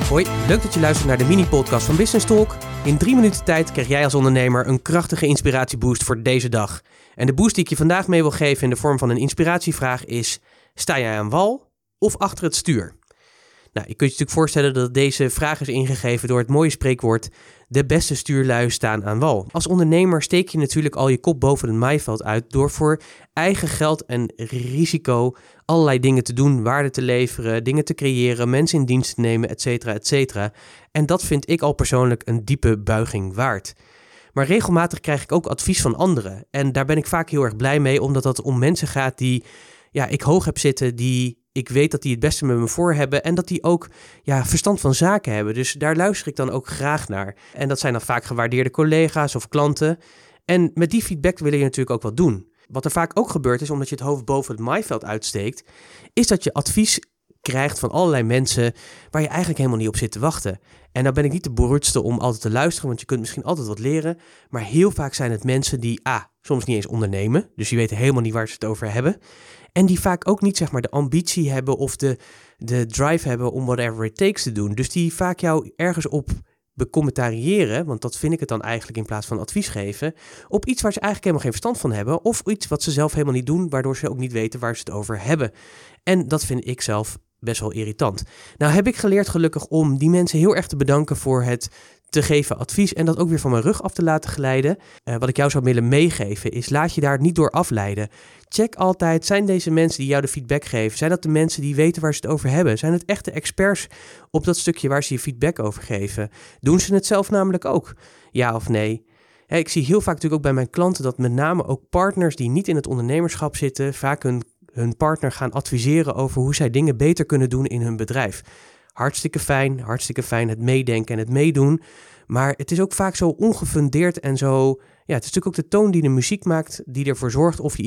Hoi, leuk dat je luistert naar de mini-podcast van Business Talk. In 3 minuten tijd krijg jij als ondernemer een krachtige inspiratieboost voor deze dag. En de boost die ik je vandaag mee wil geven in de vorm van een inspiratievraag is: sta jij aan wal of achter het stuur? Nou, je kunt je natuurlijk voorstellen dat deze vraag is ingegeven door het mooie spreekwoord: de beste stuurlui staan aan wal. Als ondernemer steek je natuurlijk al je kop boven het maaiveld uit door voor eigen geld en risico allerlei dingen te doen, waarde te leveren, dingen te creëren, mensen in dienst te nemen, et cetera, et cetera. En dat vind ik al persoonlijk een diepe buiging waard. Maar regelmatig krijg ik ook advies van anderen. En daar ben ik vaak heel erg blij mee, omdat dat om mensen gaat die ik hoog heb zitten, die ik weet dat die het beste met me voor hebben en dat die ook verstand van zaken hebben. Dus daar luister ik dan ook graag naar. En dat zijn dan vaak gewaardeerde collega's of klanten. En met die feedback wil je natuurlijk ook wat doen. Wat er vaak ook gebeurt is, omdat je het hoofd boven het maaiveld uitsteekt, is dat je advies krijgt van allerlei mensen waar je eigenlijk helemaal niet op zit te wachten. En nou ben ik niet de beroerdste om altijd te luisteren, want je kunt misschien altijd wat leren. Maar heel vaak zijn het mensen die soms niet eens ondernemen. Dus die weten helemaal niet waar ze het over hebben. En die vaak ook niet de ambitie hebben of de drive hebben om whatever it takes te doen. Dus die vaak jou ergens op becommentariëren, want dat vind ik het dan eigenlijk in plaats van advies geven, op iets waar ze eigenlijk helemaal geen verstand van hebben, of iets wat ze zelf helemaal niet doen, waardoor ze ook niet weten waar ze het over hebben. En dat vind ik zelf best wel irritant. Nou heb ik geleerd gelukkig om die mensen heel erg te bedanken voor het te geven advies en dat ook weer van mijn rug af te laten glijden. Wat ik jou zou willen meegeven is, laat je daar niet door afleiden. Check altijd, zijn deze mensen die jou de feedback geven, zijn dat de mensen die weten waar ze het over hebben? Zijn het echte experts op dat stukje waar ze je feedback over geven? Doen ze het zelf namelijk ook? Ja of nee? Ik zie heel vaak natuurlijk ook bij mijn klanten dat met name ook partners die niet in het ondernemerschap zitten, vaak hun partner gaan adviseren over hoe zij dingen beter kunnen doen in hun bedrijf. Hartstikke fijn het meedenken en het meedoen. Maar het is ook vaak zo ongefundeerd en zo. Ja, het is natuurlijk ook de toon die de muziek maakt, die ervoor zorgt of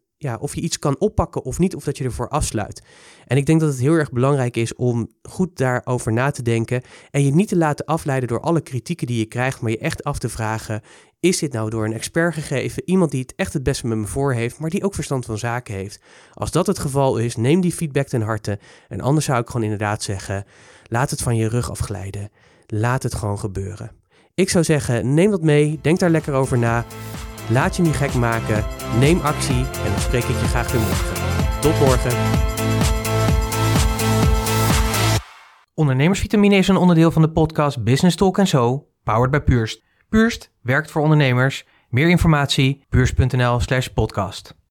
je iets kan oppakken of niet, of dat je ervoor afsluit. En ik denk dat het heel erg belangrijk is om goed daarover na te denken en je niet te laten afleiden door alle kritieken die je krijgt, maar je echt af te vragen: is dit nou door een expert gegeven? Iemand die het echt het beste met me voor heeft, maar die ook verstand van zaken heeft. Als dat het geval is, neem die feedback ten harte. En anders zou ik gewoon inderdaad zeggen: laat het van je rug afglijden. Laat het gewoon gebeuren. Ik zou zeggen, neem dat mee, denk daar lekker over na. Laat je niet gek maken, neem actie en dan spreek ik je graag weer morgen. Tot morgen. Ondernemersvitamine is een onderdeel van de podcast Business Talk & Zo, powered by Purst. Purst werkt voor ondernemers. Meer informatie, purst.nl/podcast.